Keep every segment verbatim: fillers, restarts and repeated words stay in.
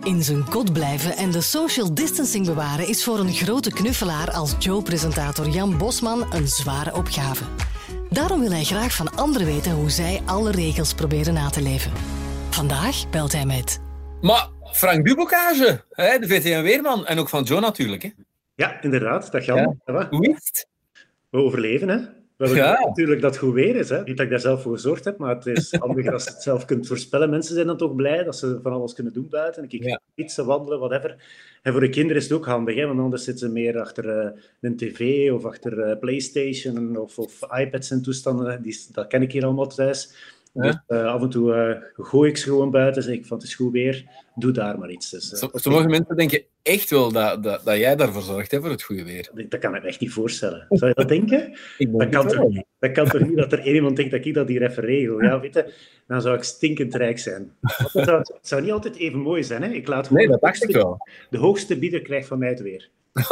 In zijn kot blijven en de social distancing bewaren is voor een grote knuffelaar als Joe-presentator Jan Bosman een zware opgave. Daarom wil hij graag van anderen weten hoe zij alle regels proberen na te leven. Vandaag belt hij met... Maar Frank Dubocage, hè, de V T M-weerman. En ook van Joe natuurlijk. Hè. Ja, inderdaad. Dag Jan. Ja. Hoe is het? We overleven, hè. We hebben Ja. natuurlijk dat het goed weer is. Hè. Niet dat ik daar zelf voor gezorgd heb, maar het is handiger als je het zelf kunt voorspellen. Mensen zijn dan toch blij dat ze van alles kunnen doen buiten. Ik Ja. fietsen, wandelen, whatever. En voor de kinderen is het ook handig, hè, want anders zitten ze meer achter uh, een tv of achter uh, PlayStation of, of iPads en toestanden. Die, dat ken ik hier allemaal thuis. Ja. Dus uh, af en toe uh, gooi ik ze gewoon buiten, zeg ik van het is goed weer, doe daar maar iets. Dus, uh, Som- Sommige mensen denken echt wel dat, dat, dat jij daarvoor zorgt, hè, voor het goede weer. Dat kan ik me echt niet voorstellen. Zou je dat denken? Ik Dat kan, toch, niet- dat kan toch niet dat er één iemand denkt dat ik dat hier even regel? Ja, weet je, dan zou ik stinkend rijk zijn. Want Het zou, het zou niet altijd even mooi zijn. Hè? Ik laat gewoon Nee, dat de dacht ik hoogste- wel. De hoogste bieder krijgt van mij het weer.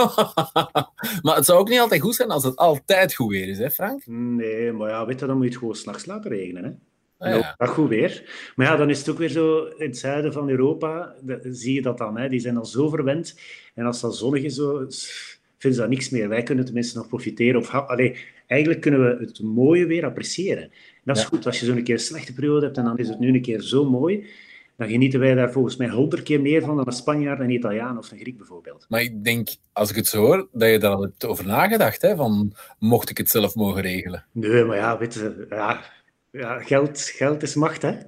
Maar het zou ook niet altijd goed zijn als het altijd goed weer is, hè, Frank? Nee, maar ja, weet je, dan moet je het gewoon s'nachts laten regenen. Hè? Ah, En ja. ook dat goed weer. Maar ja, dan is het ook weer zo, in het zuiden van Europa, de- zie je dat dan. Hè? Die zijn al zo verwend. En als dat zonnig is, zo, s- vinden ze dat niks meer. Wij kunnen tenminste nog profiteren. Of, ha- allee, eigenlijk kunnen we het mooie weer appreciëren. Dat is Ja. goed. Als je zo'n keer een slechte periode hebt en dan is het nu een keer zo mooi, dan genieten wij daar volgens mij honderd keer meer van dan een Spanjaard, een Italiaan of een Griek bijvoorbeeld. Maar ik denk, als ik het zo hoor, dat je daar al hebt over nagedacht, hè, van mocht ik het zelf mogen regelen. Nee, maar ja, weet je, ja, ja, geld, geld is macht, hè.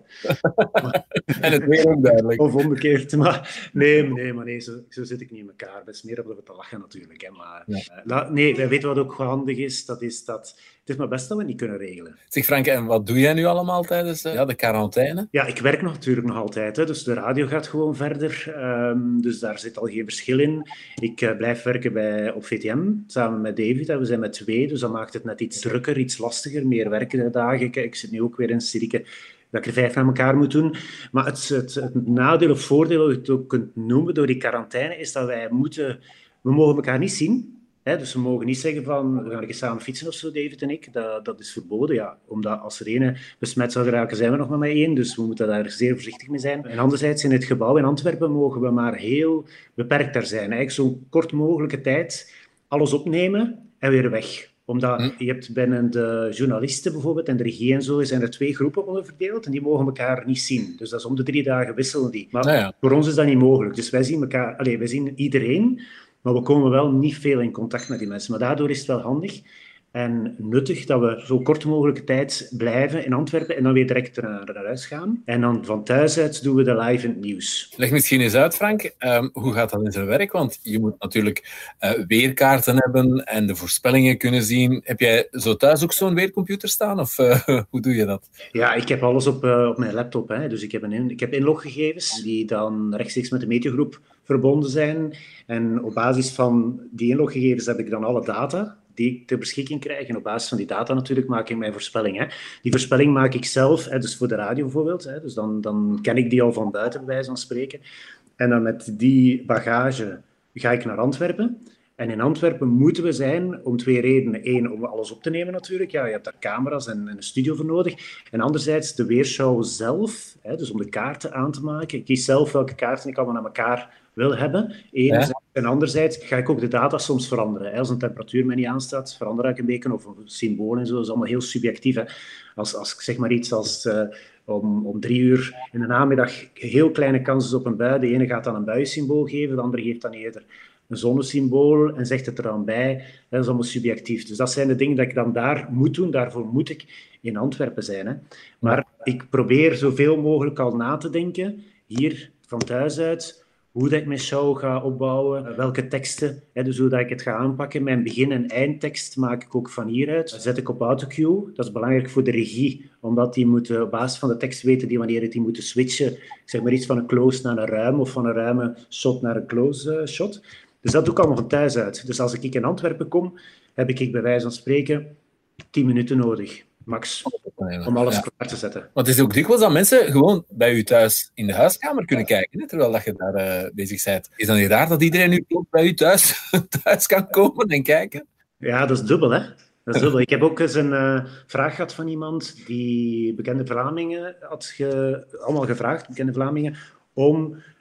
En het weer ook duidelijk. Of omgekeerd, maar nee, nee, maar nee, zo, zo zit ik niet in elkaar. Het is meer om te lachen natuurlijk. Hè, maar, Ja. eh, la- nee, wij weten wat ook handig is, dat is dat het is maar best dat we het niet kunnen regelen. Zeg Frank, en wat doe jij nu allemaal tijdens eh, ja, de quarantaine? Ja, ik werk nog, natuurlijk nog altijd, hè, dus de radio gaat gewoon verder. Ehm, dus daar zit al geen verschil in. Ik eh, blijf werken bij, op V T M, samen met David. Hè. We zijn met twee, dus dat maakt het net iets drukker, iets lastiger, meer werkdagen. Ik, ik zit nu ook weer in Sirieke, dat ik er vijf aan elkaar moet doen. Maar het, het, het nadeel of voordeel, hoe je het ook kunt noemen, door die quarantaine, is dat wij moeten... We mogen elkaar niet zien. Hè? Dus we mogen niet zeggen van, we gaan een keer samen fietsen of zo, David en ik. Dat, dat is verboden, ja. Omdat als er ene besmet zou geraken, zijn we nog maar met één. Dus we moeten daar zeer voorzichtig mee zijn. En anderzijds, in het gebouw in Antwerpen mogen we maar heel beperkt daar zijn. Eigenlijk zo kort mogelijke tijd alles opnemen en weer weg. Omdat Hm. je hebt binnen de journalisten bijvoorbeeld en de regie en zo zijn er twee groepen onder verdeeld en die mogen elkaar niet zien. Dus dat is om de drie dagen wisselen die. Maar Nou ja. voor ons is dat niet mogelijk. Dus wij zien elkaar, allez, wij zien iedereen, maar we komen wel niet veel in contact met die mensen. Maar daardoor is het wel handig en nuttig dat we zo kort mogelijke tijd blijven in Antwerpen en dan weer direct naar, naar huis gaan. En dan van thuis uit doen we de live in het nieuws. Leg misschien eens uit, Frank, ehm, hoe gaat dat in zijn werk? Want je moet natuurlijk eh, weerkaarten hebben en de voorspellingen kunnen zien. Heb jij zo thuis ook zo'n weercomputer staan? Of eh, hoe doe je dat? Ja, ik heb alles op, uh, op mijn laptop. Hè. Dus ik heb, een in, ik heb inloggegevens die dan rechtstreeks met de meteogroep verbonden zijn. En op basis van die inloggegevens heb ik dan alle data die ik ter beschikking krijg. En op basis van die data natuurlijk maak ik mijn voorspelling. Hè. Die voorspelling maak ik zelf, hè, dus voor de radio bijvoorbeeld. Hè. Dus dan, dan ken ik die al van buiten, bij wijze van spreken. En dan met die bagage ga ik naar Antwerpen. En in Antwerpen moeten we zijn om twee redenen. Eén, om alles op te nemen natuurlijk. Ja, je hebt daar camera's en, en een studio voor nodig. En anderzijds de weershow zelf, hè, dus om de kaarten aan te maken. Ik kies zelf welke kaarten ik allemaal naar elkaar wil hebben. Enerzijds. Ja. En anderzijds ga ik ook de data soms veranderen. Hè. Als een temperatuur mij niet aanstaat, verander ik een beetje. Of een symbool en zo. Dat is allemaal heel subjectief. Hè. Als, als ik zeg maar iets als... Uh, Om, om drie uur in de namiddag heel kleine kans is op een bui. De ene gaat dan een buiensymbool geven, de andere geeft dan eerder een zonnesymbool en zegt het er dan bij. Dat is allemaal subjectief. Dus dat zijn de dingen dat ik dan daar moet doen. Daarvoor moet ik in Antwerpen zijn. Hè. Maar ik probeer zoveel mogelijk al na te denken, hier van thuis uit, hoe dat ik mijn show ga opbouwen, welke teksten, hè, dus hoe dat ik het ga aanpakken. Mijn begin- en eindtekst maak ik ook van hieruit. Dat zet ik op autocue. Dat is belangrijk voor de regie, omdat die moeten op basis van de tekst weten die wanneer die moeten switchen. Ik zeg maar iets van een close naar een ruim of van een ruime shot naar een close uh, shot. Dus dat doe ik allemaal van thuis uit. Dus als ik in Antwerpen kom, heb ik bij wijze van spreken tien minuten nodig. Max, om alles ja. klaar te zetten. Want het is ook dikwijls dat mensen gewoon bij u thuis in de huiskamer kunnen kijken, hè, terwijl dat je daar uh, bezig bent. Is dan niet raar dat iedereen nu bij u thuis, thuis kan komen en kijken? Ja, dat is dubbel, hè. Dat is dubbel. Ik heb ook eens een uh, vraag gehad van iemand die bekende Vlamingen had ge, allemaal gevraagd, bekende Vlamingen, om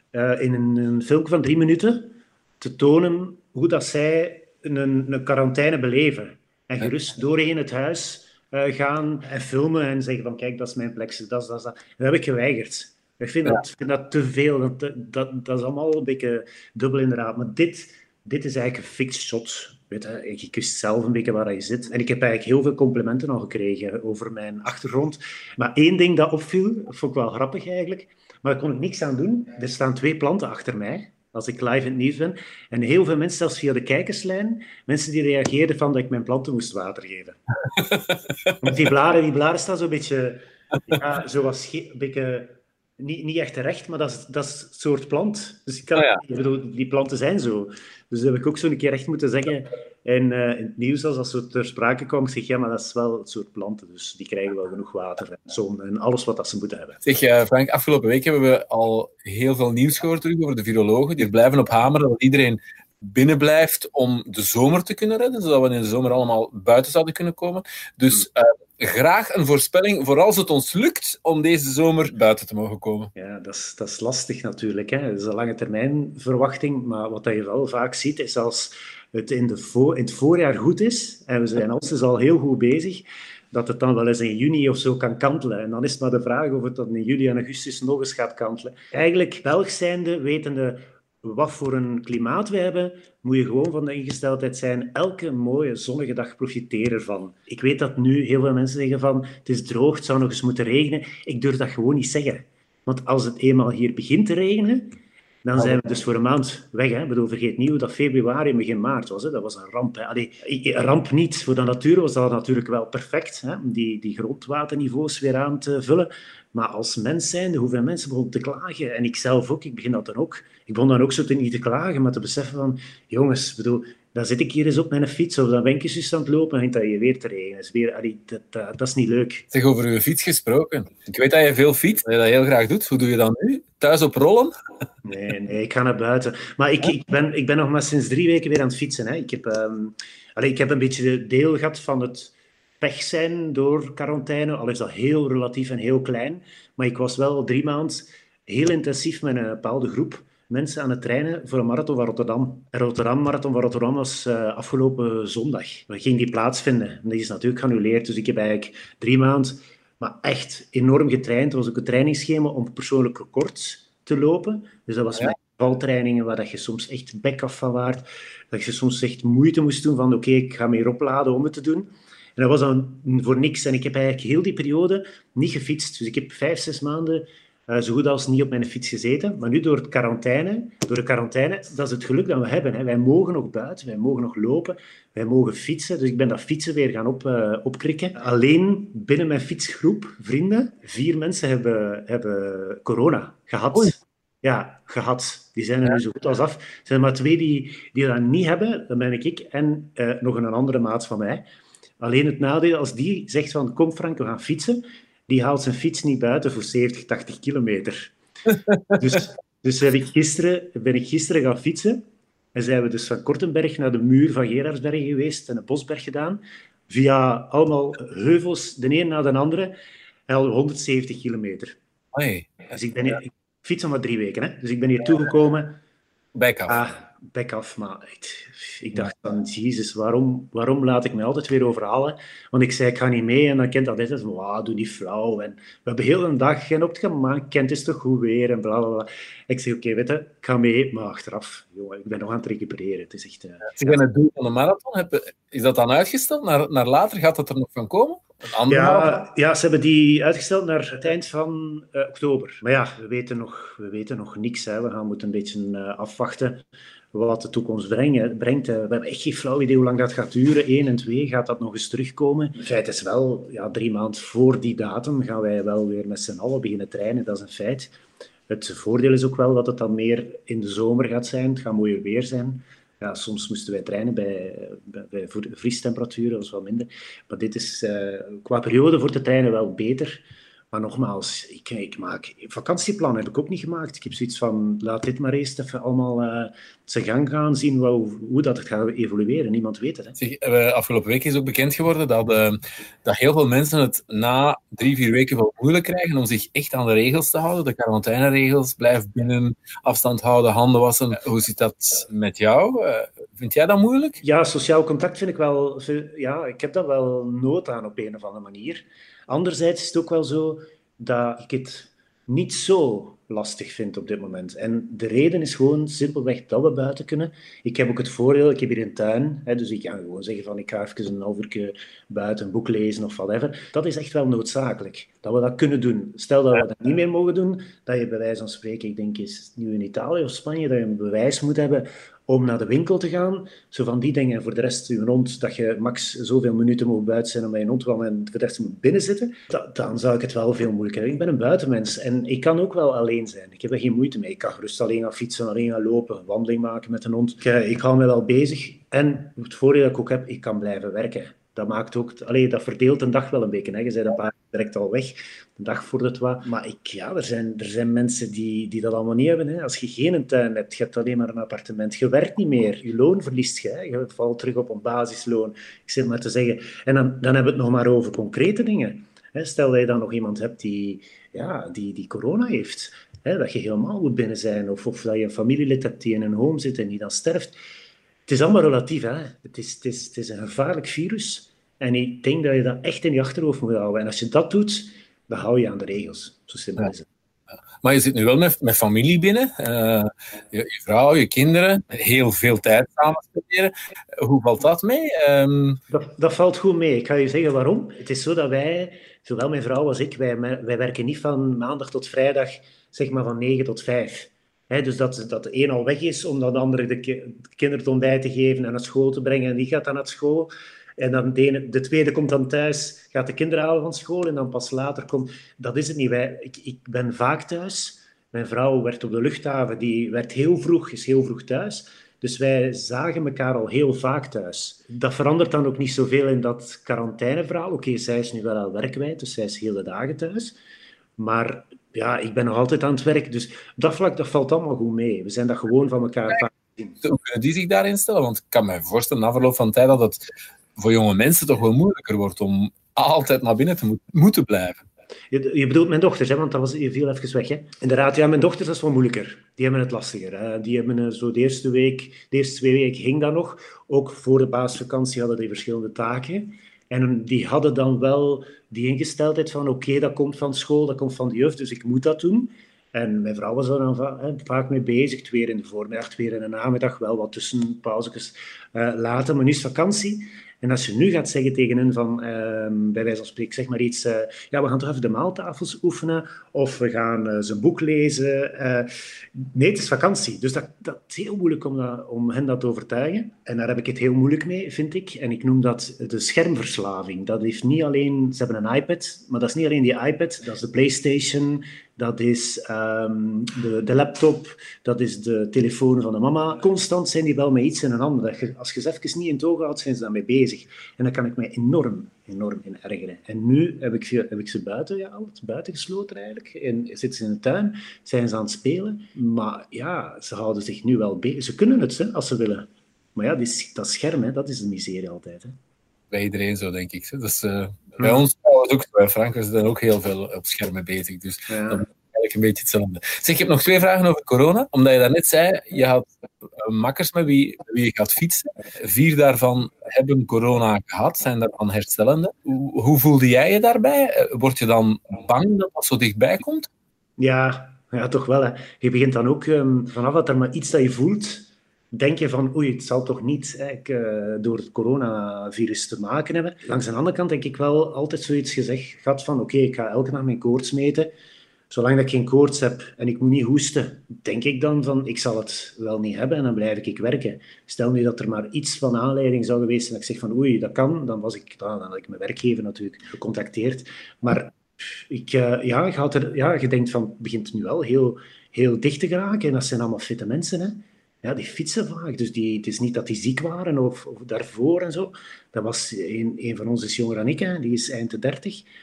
uh, in een, een film van drie minuten te tonen hoe dat zij een, een quarantaine beleven. En gerust doorheen het huis uh, gaan en filmen en zeggen van kijk, dat is mijn plek, dat is dat, dat. Dat heb ik geweigerd. Ik vind, ja. dat, vind dat te veel. Dat, dat, dat is allemaal een beetje dubbel inderdaad. Maar dit, dit is eigenlijk een fixed shot. Weet je, je kust zelf een beetje waar je zit. En ik heb eigenlijk heel veel complimenten al gekregen over mijn achtergrond. Maar één ding dat opviel, dat vond ik wel grappig eigenlijk, maar daar kon ik niks aan doen. Er staan twee planten achter mij, als ik live in het nieuws ben. En heel veel mensen, zelfs via de kijkerslijn, mensen die reageerden van dat ik mijn planten moest water geven. Want die blaren, die blaren staan zo'n beetje, ja, zoals een beetje... Niet, niet echt terecht, maar dat is, dat is een soort plant. Dus ik, kan, oh ja. ik bedoel, die planten zijn zo. Dus dat heb ik ook zo een keer echt moeten zeggen. En uh, in het nieuws, als dat zo ter sprake kwam, ik zeg, ja, maar dat is wel het soort planten. Dus die krijgen wel genoeg water en zon en alles wat dat ze moeten hebben. Zeg, uh, Frank, afgelopen week hebben we al heel veel nieuws gehoord terug over de virologen. Die blijven op hameren dat iedereen binnen blijft om de zomer te kunnen redden, zodat we in de zomer allemaal buiten zouden kunnen komen. Dus uh, graag een voorspelling, voor als het ons lukt om deze zomer buiten te mogen komen. Ja, dat is, dat is lastig natuurlijk. Hè. Dat is een lange termijn verwachting, maar wat je wel vaak ziet, is als het in, de vo- in het voorjaar goed is, en we zijn ons al heel goed bezig, dat het dan wel eens in juni of zo kan kantelen. En dan is het maar de vraag of het dan in juli en augustus nog eens gaat kantelen. Eigenlijk, Belg zijnde, wetende wat voor een klimaat we hebben, moet je gewoon van de ingesteldheid zijn. Elke mooie zonnige dag profiteer ervan. Ik weet dat nu heel veel mensen zeggen van het is droog, het zou nog eens moeten regenen. Ik durf dat gewoon niet zeggen. Want als het eenmaal hier begint te regenen, dan zijn we dus voor een maand weg. Hè? Ik bedoel, vergeet niet hoe dat februari en begin maart was. Hè? Dat was een ramp. Hè? Allee, een ramp niet. Voor de natuur was dat natuurlijk wel perfect, hè? Om die, die grondwaterniveaus weer aan te vullen. Maar als mens zijnde, hoeveel mensen begonnen te klagen. En ik zelf ook, ik begin dat dan ook. Ik begon dan ook zo te niet te klagen, maar te beseffen van... Jongens, bedoel, dan zit ik hier eens op mijn fiets of dan ben ik eens aan het lopen en dan je weer te regenen. Dat is, weer, allee, dat, dat, dat is niet leuk. Zeg, over uw fiets gesproken. Ik weet dat je veel fietst, dat je dat heel graag doet. Hoe doe je dat nu? Thuis op rollen? Nee, nee, ik ga naar buiten. Maar ik, ik, ben, ik ben nog maar sinds drie weken weer aan het fietsen. Hè. Ik, heb, um, allee, ik heb een beetje de deel gehad van het pech zijn door quarantaine. Al is dat heel relatief en heel klein. Maar ik was wel drie maanden heel intensief met een bepaalde groep mensen aan het trainen voor een marathon van Rotterdam. En Rotterdam, marathon van Rotterdam was uh, afgelopen zondag. We gingen die plaatsvinden. En die is natuurlijk geannuleerd. Dus ik heb eigenlijk drie maanden maar echt enorm getraind. Het was ook een trainingsschema om persoonlijk records te lopen. Dus dat was ja. mijn valtrainingen waar dat je soms echt bek af van waart. Dat je soms echt moeite moest doen van oké, okay, ik ga me hier opladen om het te doen. En dat was dan voor niks. En ik heb eigenlijk heel die periode niet gefietst. Dus ik heb vijf, zes maanden uh, zo goed als niet op mijn fiets gezeten. Maar nu door, het quarantaine, door de quarantaine, dat is het geluk dat we hebben. Hè. Wij mogen nog buiten, wij mogen nog lopen, wij mogen fietsen. Dus ik ben dat fietsen weer gaan op, uh, opkrikken. Alleen binnen mijn fietsgroep, vrienden, vier mensen hebben, hebben corona gehad. Oei. Ja, gehad. Die zijn er nu zo goed als af. Er zijn maar twee die, die dat niet hebben. Dat ben ik en uh, nog een andere maat van mij. Alleen het nadeel, als die zegt van kom Frank, we gaan fietsen, die haalt zijn fiets niet buiten voor zeventig, tachtig kilometer. dus dus heb ik gisteren, ben ik gisteren gaan fietsen en zijn we dus van Kortenberg naar de muur van Gerardsbergen geweest en een bosberg gedaan, via allemaal heuvels, de een na de andere, en al honderdzeventig kilometer. Oei. Dus ik ben hier, ik fiets al maar drie weken, hè? Dus ik ben hier toegekomen. Back af. Ah, back af, maar ik, ik dacht van, jezus, waarom, waarom laat ik me altijd weer overhalen? Want ik zei, ik ga niet mee, en dan kent dat altijd van, wow, doe niet flauw. En we hebben heel een dag geen opgemaakt, kent is toch goed weer, en bla, bla, bla. Ik zeg, oké, okay, weet je, ik ga mee, maar achteraf, jongen, ik ben nog aan het recupereren. Het is echt... Uh, Zeg, en het doel van de marathon, is dat dan uitgesteld? Naar, naar later gaat dat er nog van komen? Een andere ja, ja, ze hebben die uitgesteld naar het eind van uh, oktober. Maar ja, we weten nog, we weten nog niks. Hè. We gaan moeten een beetje uh, afwachten wat de toekomst brengt. brengt. We hebben echt geen flauw idee hoe lang dat gaat duren. Eén en twee, gaat dat nog eens terugkomen? Het feit is wel, ja, drie maanden voor die datum gaan wij wel weer met z'n allen beginnen trainen. Dat is een feit. Het voordeel is ook wel dat het dan meer in de zomer gaat zijn. Het gaat mooier weer zijn. Ja, soms moesten wij trainen bij, bij, bij vriestemperaturen, dat was wel minder. Maar dit is uh, qua periode voor te trainen wel beter. Maar nogmaals, ik, ik maak vakantieplan heb ik ook niet gemaakt. Ik heb zoiets van, laat dit maar eerst even allemaal uh, zijn gang gaan, zien wat, hoe, hoe dat het gaat evolueren. Niemand weet het. Hè. Zeg, uh, afgelopen week is ook bekend geworden dat, uh, dat heel veel mensen het na drie, vier weken wel moeilijk krijgen om zich echt aan de regels te houden. De quarantaineregels, blijf binnen, afstand houden, handen wassen. Uh, hoe zit dat met jou? Uh, vind jij dat moeilijk? Ja, sociaal contact vind ik wel... Ja, ik heb daar wel nood aan op een of andere manier. Anderzijds is het ook wel zo dat ik het niet zo lastig vind op dit moment. En de reden is gewoon simpelweg dat we buiten kunnen. Ik heb ook het voordeel, ik heb hier een tuin, hè, dus ik kan gewoon zeggen van ik ga even een half uur buiten een boek lezen of whatever. Dat is echt wel noodzakelijk, dat we dat kunnen doen. Stel dat we dat niet meer mogen doen, dat je bij wijze van spreken, ik denk is het nu in Italië of Spanje, dat je een bewijs moet hebben om naar de winkel te gaan, zo van die dingen. En voor de rest, je hond, dat je max zoveel minuten moet buiten zijn om bij je hond te wandelen en voor de rest moet binnen zitten, dat, dan zou ik het wel veel moeilijker hebben. Ik ben een buitenmens en ik kan ook wel alleen zijn. Ik heb er geen moeite mee. Ik kan gerust alleen gaan fietsen, alleen gaan lopen, wandeling maken met een hond. Ik, ik hou me wel bezig. En het voordeel dat ik ook heb, ik kan blijven werken. Dat maakt ook... Allee, dat verdeelt een dag wel een beetje. Hè. Je bent een paar direct al weg. Een dag voordat het wat. Maar ik, ja, er, zijn, er zijn mensen die, die dat allemaal niet hebben. Hè. Als je geen tuin hebt, je hebt alleen maar een appartement. Je werkt niet meer. Je loon verliest je. Hè. Je valt terug op een basisloon. Ik zit maar te zeggen. En dan, dan hebben we het nog maar over concrete dingen. Hè. Stel dat je dan nog iemand hebt die, ja, die, die corona heeft. Hè, dat je helemaal moet binnen zijn. Of, of dat je een familielid hebt die in een home zit en die dan sterft. Het is allemaal relatief. Hè? Het, is, het, is, het is een gevaarlijk virus. En ik denk dat je dat echt in je achterhoofd moet houden. En als je dat doet, dan hou je aan de regels. Zo simpel is het. Maar je zit nu wel met, met familie binnen. Uh, je, je vrouw, je kinderen. Heel veel tijd samen spenderen. Hoe valt dat mee? Um... Dat, dat valt goed mee. Ik ga je zeggen waarom. Het is zo dat wij, zowel mijn vrouw als ik, wij, wij werken niet van maandag tot vrijdag, zeg maar van negen tot vijf. He, dus dat, dat de een al weg is om dan de andere de, ki- de kinderen het ontbijt te geven en naar school te brengen. En die gaat dan naar school. En dan de, ene, de tweede komt dan thuis, gaat de kinderen halen van school en dan pas later komt... Dat is het niet. Wij, ik, ik ben vaak thuis. Mijn vrouw werkt op de luchthaven. Die werkt heel vroeg, is heel vroeg thuis. Dus wij zagen elkaar al heel vaak thuis. Dat verandert dan ook niet zoveel in dat quarantaineverhaal. Oké, okay, zij is nu wel aan werkwijd, dus zij is hele dagen thuis. Maar... Ja, ik ben nog altijd aan het werk, dus op dat vlak dat valt allemaal goed mee. We zijn dat gewoon van elkaar vaak zien. Hoe kunnen die zich daarin stellen? Want ik kan me voorstellen, na verloop van tijd, dat het voor jonge mensen toch wel moeilijker wordt om altijd naar binnen te mo- moeten blijven. Je, je bedoelt mijn dochters, hè? Want dat was, je viel even weg. Hè? Inderdaad, ja, mijn dochters, dat is wel moeilijker. Die hebben het lastiger. Hè? Die hebben zo de eerste week, de eerste twee weken ging dat nog. Ook voor de paasvakantie hadden die verschillende taken. En die hadden dan wel die ingesteldheid van oké, okay, dat komt van school, dat komt van de jeugd, dus ik moet dat doen. En mijn vrouw was er dan va- hè, vaak mee bezig, twee in de voormiddag, twee in de namiddag, wel wat tussenpauzes uh, later, maar nu is vakantie. En als je nu gaat zeggen tegen hen van, uh, bij wijze van spreken, zeg maar iets, uh, ja, we gaan toch even de maaltafels oefenen, of we gaan uh, zijn boek lezen. Uh, nee, het is vakantie. Dus dat, dat is heel moeilijk om, dat, om hen dat te overtuigen. En daar heb ik het heel moeilijk mee, vind ik. En ik noem dat de schermverslaving. Dat heeft niet alleen, ze hebben een iPad, maar dat is niet alleen die iPad, dat is de PlayStation, dat is um, de, de laptop, dat is de telefoon van de mama. Constant zijn die wel met iets in een ander. Dat je, als je ze even niet in het oog houdt, zijn ze daarmee bezig. En dan kan ik mij enorm, enorm in ergeren. En nu heb ik, heb ik ze buiten gehaald, buiten gesloten eigenlijk. En zitten ze in de tuin, zijn ze aan het spelen. Maar ja, ze houden zich nu wel bezig. Ze kunnen het, hè, als ze willen. Maar ja, die, dat scherm, hè, dat is de miserie altijd. Hè. Bij iedereen zo, denk ik. Dus, uh, hmm. Bij ons is ook zo. Frank, we zijn ook heel veel op schermen bezig. Dus ja. Dat is eigenlijk een beetje hetzelfde. Zeg, ik heb nog twee vragen over corona. Omdat je daarnet zei, je had makkers met wie, met wie je gaat fietsen. Vier daarvan hebben corona gehad, zijn daarvan herstellende. Hoe, hoe voelde jij je daarbij? Word je dan bang dat dat zo dichtbij komt? Ja, ja toch wel. Hè. Je begint dan ook, um, vanaf dat er maar iets dat je voelt... denk je van, oei, het zal toch niet hè, door het coronavirus te maken hebben. Langs de andere kant denk ik wel altijd zoiets gezegd gehad van, oké, okay, ik ga elke dag mijn koorts meten. Zolang dat ik geen koorts heb en ik moet niet hoesten, denk ik dan van, ik zal het wel niet hebben en dan blijf ik werken. Stel nu dat er maar iets van aanleiding zou geweest zijn en ik zeg van, oei, dat kan, dan, was ik, dan had ik mijn werkgever natuurlijk gecontacteerd. Maar ik, uh, ja, je, had er, ja, je denkt van, het begint nu wel heel, heel dicht te geraken en dat zijn allemaal fitte mensen, hè. Ja, die fietsen vaak. Dus die, het is niet dat die ziek waren of, of daarvoor en zo. Dat was een, een van ons is jonger dan ik, hè. Die is eind de dertig.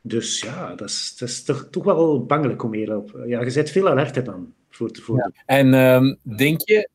Dus ja, dat is, dat is toch, toch wel bangelijk om hier op. Ja, je zet veel alerter dan. Voor te voor ja. En um, denk je,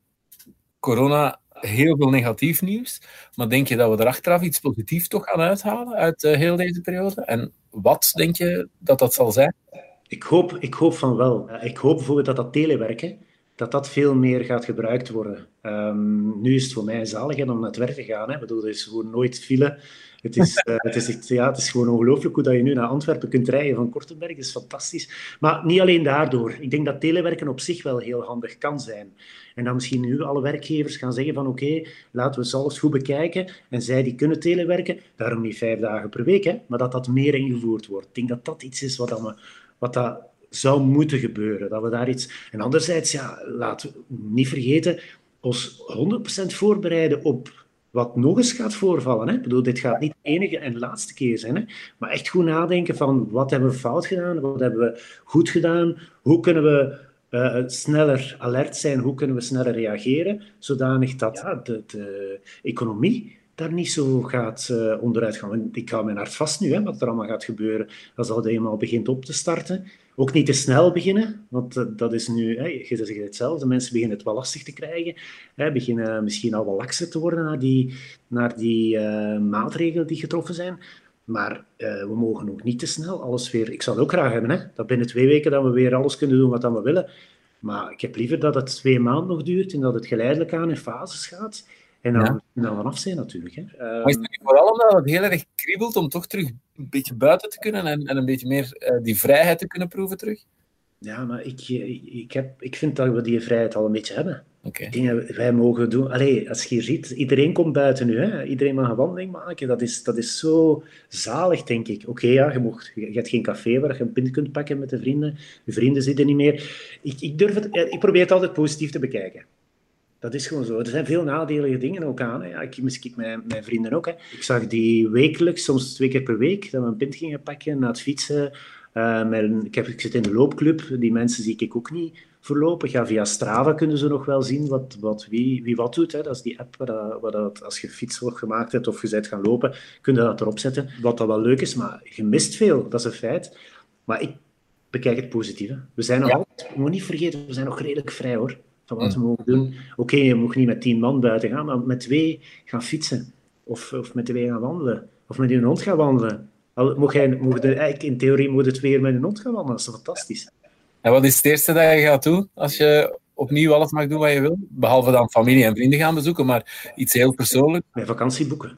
corona, heel veel negatief nieuws, maar denk je dat we er achteraf iets positiefs toch gaan uithalen uit uh, heel deze periode? En wat denk je dat dat zal zijn? Ik hoop, ik hoop van wel. Ik hoop bijvoorbeeld dat dat telewerken, dat dat veel meer gaat gebruikt worden. Um, nu is het voor mij zalig om naar het werk te gaan. Hè. Ik bedoel, er is gewoon nooit file. Het is, uh, het, is echt, ja, het is gewoon ongelooflijk hoe dat je nu naar Antwerpen kunt rijden van Kortenberg. Dat is fantastisch. Maar niet alleen daardoor. Ik denk dat telewerken op zich wel heel handig kan zijn. En dan misschien nu alle werkgevers gaan zeggen van oké, okay, laten we alles goed bekijken. En zij die kunnen telewerken, daarom niet vijf dagen per week, hè, maar dat dat meer ingevoerd wordt. Ik denk dat dat iets is wat, dan we, wat dat zou moeten gebeuren. Dat we daar iets... En anderzijds, ja, laten we niet vergeten, ons honderd procent voorbereiden op wat nog eens gaat voorvallen. Hè? Ik bedoel, dit gaat niet de enige en laatste keer zijn. Hè? Maar echt goed nadenken van wat hebben we fout gedaan, wat hebben we goed gedaan, hoe kunnen we uh, sneller alert zijn, hoe kunnen we sneller reageren, zodanig dat ja, de, de economie daar niet zo gaat uh, onderuit gaan. Ik hou mijn hart vast nu, hè, wat er allemaal gaat gebeuren als dat eenmaal begint op te starten. Ook niet te snel beginnen, want uh, dat is nu, hè, je zegt het zelf, de mensen beginnen het wel lastig te krijgen, hè, beginnen misschien al wel lakser te worden naar die, naar die uh, maatregelen die getroffen zijn. Maar uh, we mogen ook niet te snel alles weer... Ik zou het ook graag hebben, hè, dat binnen twee weken dat we weer alles kunnen doen wat we willen. Maar ik heb liever dat het twee maanden nog duurt en dat het geleidelijk aan in fases gaat. En dan, ja. dan vanaf zijn natuurlijk. Hè. Um, maar is het niet vooral omdat het heel erg kriebelt om toch terug een beetje buiten te kunnen en, en een beetje meer uh, die vrijheid te kunnen proeven terug? Ja, maar ik, ik, heb, ik vind dat we die vrijheid al een beetje hebben. Okay. Dingen wij mogen doen... Allee, als je ziet, iedereen komt buiten nu. Hè. Iedereen mag een wandeling maken. Dat is, dat is zo zalig, denk ik. Oké, okay, ja, je, mocht, je hebt geen café waar je een pint kunt pakken met de vrienden. Je vrienden zitten niet meer. Ik, ik, durf het, ik probeer het altijd positief te bekijken. Dat is gewoon zo. Er zijn veel nadelige dingen ook aan. Hè. Ja, ik mis ik mijn, mijn vrienden ook. Hè. Ik zag die wekelijks, soms twee keer per week, dat we een pint gingen pakken na het fietsen. Uh, mijn, ik, heb, ik zit in de loopclub. Die mensen zie ik ook niet voorlopig. Ja, via Strava kunnen ze nog wel zien wat, wat, wie, wie wat doet. Hè. Dat is die app waar, dat, waar dat, als je fietslog gemaakt hebt of je bent gaan lopen, kun je dat erop zetten. Wat dat wel leuk is, maar je mist veel. Dat is een feit. Maar ik bekijk het positieve. We zijn nog ja. altijd, je moet niet vergeten, we zijn nog redelijk vrij, hoor. Van wat we mogen doen. Oké, okay, je mag niet met tien man buiten gaan, maar met twee gaan fietsen. Of, of met twee gaan wandelen. Of met je hond gaan wandelen. Al, mocht jij, mocht de, in theorie moet je twee met een hond gaan wandelen. Dat is fantastisch. En wat is het eerste dat je gaat doen als je opnieuw alles mag doen wat je wil? Behalve dan familie en vrienden gaan bezoeken, maar iets heel persoonlijks. Mijn vakantie boeken.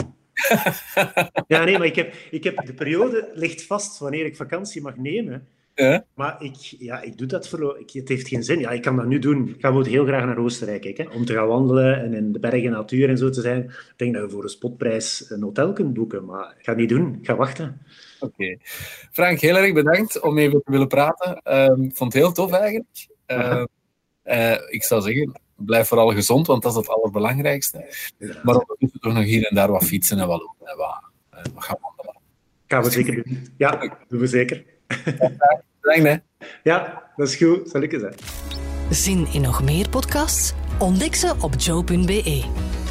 Ja, nee, maar ik heb, ik heb, de periode ligt vast wanneer ik vakantie mag nemen. Ja. Maar ik, ja, ik doe dat voor... Ik, het heeft geen zin. Ja, ik kan dat nu doen. Ik ga bijvoorbeeld heel graag naar Oostenrijk, hè, om te gaan wandelen en in de bergen, natuur en zo te zijn. Ik denk dat je voor een spotprijs een hotel kunt boeken, maar ik ga het niet doen. Ik ga wachten. Oké. Okay. Frank, heel erg bedankt om even te willen praten. Uh, ik vond het heel tof eigenlijk. Uh, uh, ik zou zeggen, blijf vooral gezond, want dat is het allerbelangrijkste. Ja. Maar ondertussen toch nog hier en daar wat fietsen en wat lopen en wat, uh, wat gaan wandelen. Gaan we zeker doen. Ja, doen we zeker. Bedankt, hè. Ja, dat is goed. Zal ik eens zijn. Zin in nog meer podcasts? Ontdek ze op joe punt be.